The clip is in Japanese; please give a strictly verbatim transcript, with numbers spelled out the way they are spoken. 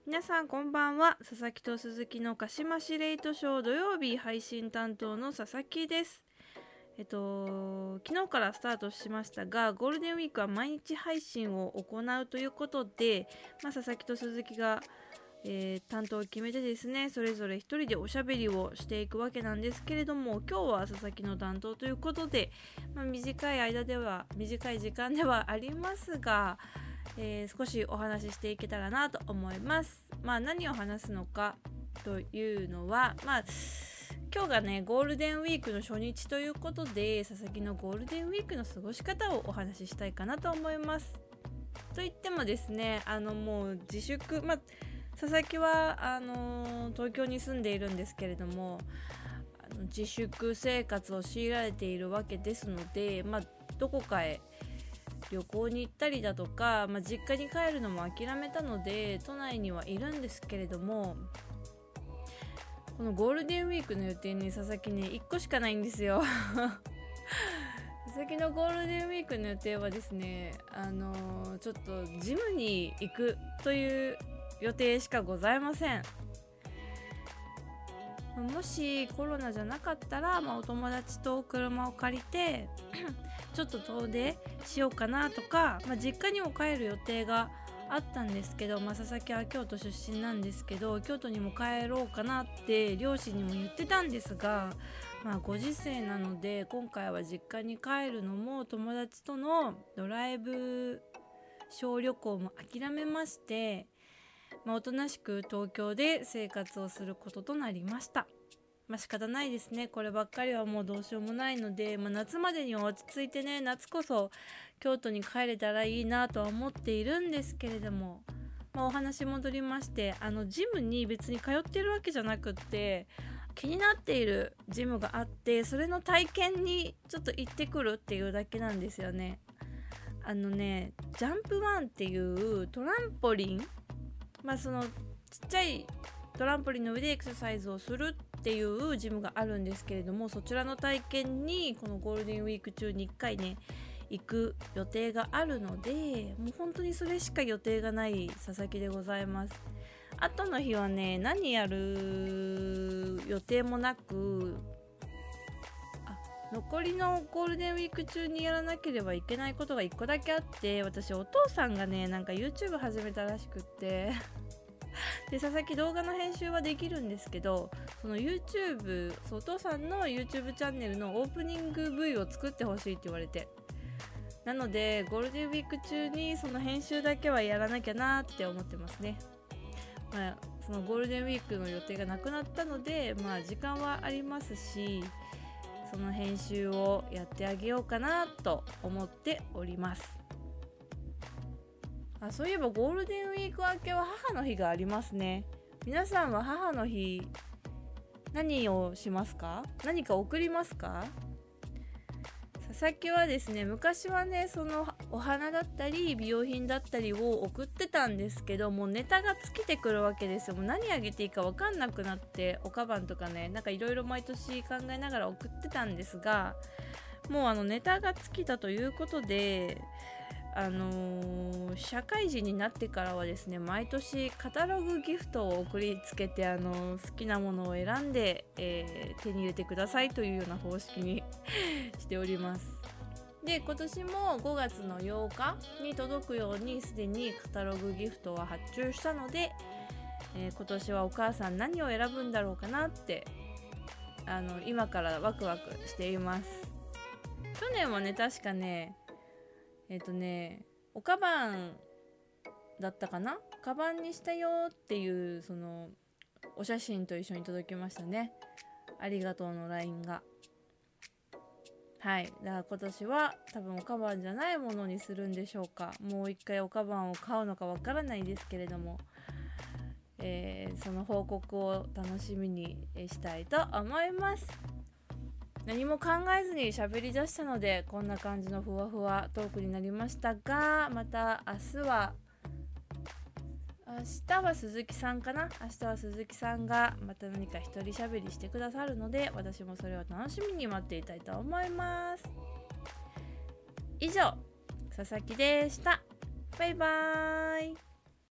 皆さんこんばんは。佐々木と鈴木の鹿島市レイトショー土曜日配信担当の佐々木です。えっと昨日からスタートしましたが、ゴールデンウィークは毎日配信を行うということで、まあ、佐々木と鈴木が、えー担当を決めてですね、それぞれ一人でおしゃべりをしていくわけなんですけれども、今日は佐々木の担当ということで、まあ、短い間では短い時間ではありますが、えー少しお話ししていけたらなと思います。まあ何を話すのかというのは、まあ今日がねゴールデンウィークの初日ということで、佐々木のゴールデンウィークの過ごし方をお話ししたいかなと思います。と言ってもですね、あのもう自粛、まあ佐々木はあの東京に住んでいるんですけれども、あの自粛生活を強いられているわけですので、まあどこかへ旅行に行ったりだとか、まあ、実家に帰るのも諦めたので都内にはいるんですけれども、このゴールデンウィークの予定に佐々木ねいっこしかないんですよ佐々木のゴールデンウィークの予定はですね、あのー、ちょっとジムに行くという予定しかございません。もしコロナじゃなかったら、まあ、お友達と車を借りてちょっと遠出しようかなとか、まあ、実家にも帰る予定があったんですけど、まあ、佐々木は京都出身なんですけど、京都にも帰ろうかなって両親にも言ってたんですが、まあ、ご時世なので今回は実家に帰るのも友達とのドライブ小旅行も諦めまして、まあ、おとなしく東京で生活をすることとなりました。まあ仕方ないですね。こればっかりはもうどうしようもないので、まあ、夏までには落ち着いてね、夏こそ京都に帰れたらいいなとは思っているんですけれども、まあ、お話戻りまして、あのジムに別に通ってるわけじゃなくって、気になっているジムがあって、それの体験にちょっと行ってくるっていうだけなんですよね。あのね、ジャンプワンっていうトランポリン、まあそのちっちゃいトランポリンの上でエクササイズをするっていうジムがあるんですけれども、そちらの体験にこのゴールデンウィーク中にいっかいね行く予定があるので、もう本当にそれしか予定がない佐々木でございます。後の日はね何やる予定もなく、あ残りのゴールデンウィーク中にやらなければいけないことがいっこだけあって、私お父さんがねなんか YouTube 始めたらしくってで佐々木動画の編集はできるんですけど、その YouTube、 そうお父さんの YouTube チャンネルのオープニング ブイ を作ってほしいって言われて、なのでゴールデンウィーク中にその編集だけはやらなきゃなって思ってますね。まあそのゴールデンウィークの予定がなくなったので、まあ時間はありますし、その編集をやってあげようかなと思っております。あ、そういえばゴールデンウィーク明けは母の日がありますね。皆さんは母の日何をしますか？何か贈りますか？佐々木はですね、昔はねそのお花だったり美容品だったりを送ってたんですけど、もうネタが尽きてくるわけですよ。もう何あげていいか分かんなくなって、おかばんとかね、なんかいろいろ毎年考えながら送ってたんですが、もうあのネタが尽きたということで、あのー社会人になってからはですね、毎年カタログギフトを送りつけて、あのー好きなものを選んで、えー手に入れてくださいというような方式にしております。で今年もごがつのようかに届くようにすでにカタログギフトは発注したので、えー今年はお母さん何を選ぶんだろうかなってあの今からワクワクしています。去年はね確かねえっ、とねおかばんだったかな、カバンにしたよっていうそのお写真と一緒に届きましたね。ありがとうの ライン が。はい、だから今年は多分おかばんじゃないものにするんでしょうか。もう一回おかばんを買うのかわからないですけれども、えーその報告を楽しみにしたいと思います。何も考えずに喋り出したのでこんな感じのふわふわトークになりましたが、また明日は明日は鈴木さんかな明日は鈴木さんがまた何か一人喋りしてくださるので、私もそれを楽しみに待っていたいと思います。以上佐々木でした。バイバーイ。